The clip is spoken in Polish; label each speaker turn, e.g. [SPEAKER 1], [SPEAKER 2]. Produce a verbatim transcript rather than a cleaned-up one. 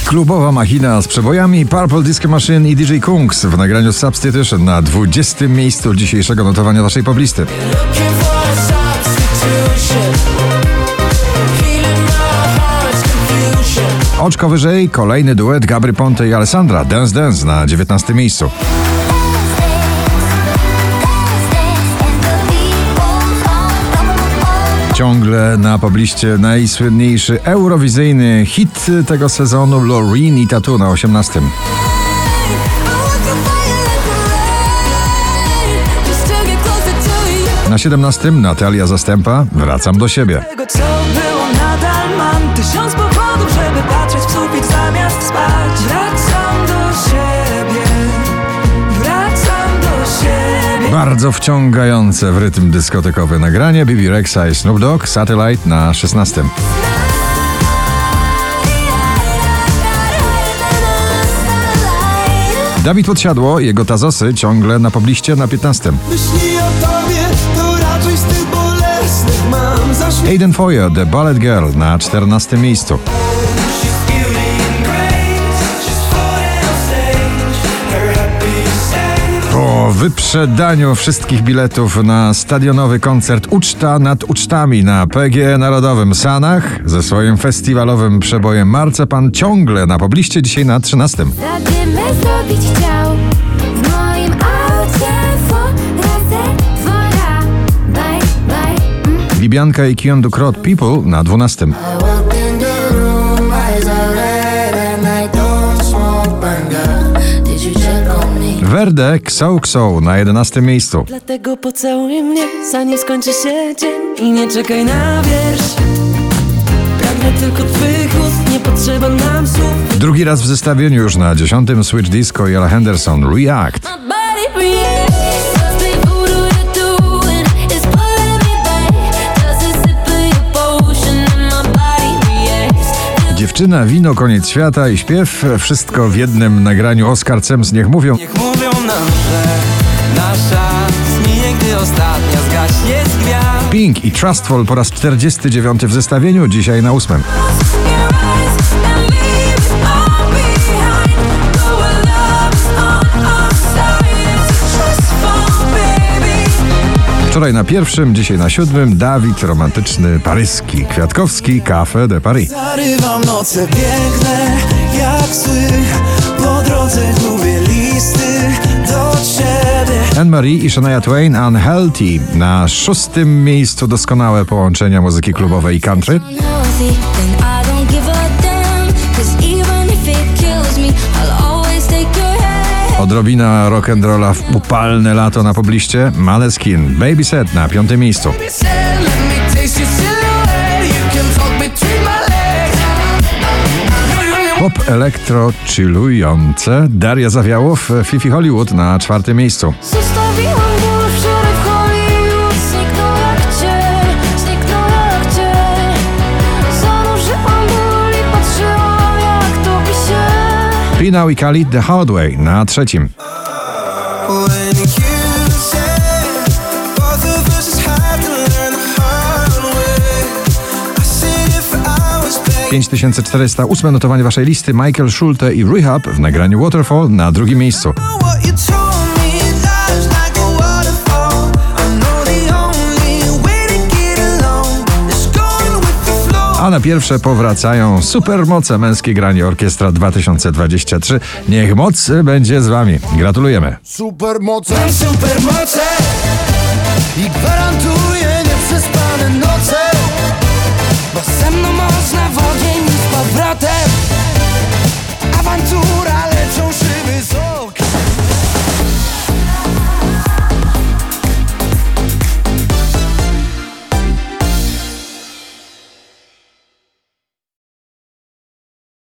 [SPEAKER 1] Klubowa machina z przebojami Purple Disco Machine i D J Kungs w nagraniu Substitution na dwudziestym miejscu dzisiejszego notowania naszej poblisty. Oczko wyżej kolejny duet Gabry Ponte i Alessandra, Dance Dance na dziewiętnastym miejscu. Ciągle na pobliście najsłynniejszy eurowizyjny hit tego sezonu Loreen i Tattoo na osiemnastym. Na siedemnastym Natalia Zastępa, Wracam do siebie.
[SPEAKER 2] Co było, nadal mam tysiąc powodów, żeby patrzeć w sufit zamiast spać. Wracam do siebie, wracam do siebie.
[SPEAKER 1] Bardzo wciągające w rytm dyskotekowy nagranie Bibi Rexa i Snoop Dogg, Satellite na szesnastym. Dawid Podsiadło, jego Tazosy ciągle na pobliście na piętnastym.
[SPEAKER 2] Myśli o tobie, to raczej z tych bolesnych mam zaśmie...
[SPEAKER 1] Aiden Foyer, The Ballet Girl na czternastym miejscu. Po wyprzedaniu wszystkich biletów na stadionowy koncert Uczta nad ucztami na P G E Narodowym Sanach ze swoim festiwalowym przebojem Marcepan ciągle na pobliście, dzisiaj na trzynastym.
[SPEAKER 3] Zadymę zrobić chciał w moim aucie razem dwora. Bye, bye. Mm.
[SPEAKER 1] Libianka i Kion Dukrot People na dwunastym. Verde Ksou Ksou na jedenastym miejscu.
[SPEAKER 2] Dlatego pocałuj mnie, zanim skończy się dzień i nie czekaj na wiersz. Pragnę tylko twych ust, nie potrzeba nam słów.
[SPEAKER 1] Drugi raz w zestawieniu już na dziesiątym Switch Disco i Ella Henderson React. Dziewczyna, wino, koniec świata i śpiew. Wszystko w jednym nagraniu. Oskar Cems, Niech mówią.
[SPEAKER 2] Niech mówią nam, że nasza zminie, gdy ostatnia zgaśnie z gwiazd.
[SPEAKER 1] Pink i Trustful po raz czterdziesty dziewiąty w zestawieniu, dzisiaj na ósmym. Wczoraj na pierwszym, dzisiaj na siódmym Dawid, romantyczny, paryski, Kwiatkowski, Café de Paris.
[SPEAKER 2] Zarywam noce piękne, jak sły, po drodze gubię listy do ciebie.
[SPEAKER 1] Anne-Marie i Shania Twain, Unhealthy na szóstym miejscu, doskonałe połączenia muzyki klubowej i country. Odrobina rock'n'rolla w upalne lato na pobliście. Måneskin, Baby Set na piątym miejscu. Pop elektro chillujące. Daria Zawiałow, Fifi Hollywood na czwartym miejscu.
[SPEAKER 3] Zostawiłam ból wczoraj w Hollywood. Zniknął jak cień, zniknął jak cień. Zanurzyłam ból i patrzyłam, jak topi się.
[SPEAKER 1] Pinał i Khalid, The Hard Way na trzecim. pięć tysięcy czterysta ósme notowanie waszej listy. Michael Schulte i Rehab w nagraniu Waterfall na drugim miejscu. A na pierwsze powracają supermoce męskie granie Orkiestra dwa tysiące dwadzieścia trzy. Niech moc będzie z wami. Gratulujemy.
[SPEAKER 4] Supermoce.
[SPEAKER 2] Supermoce.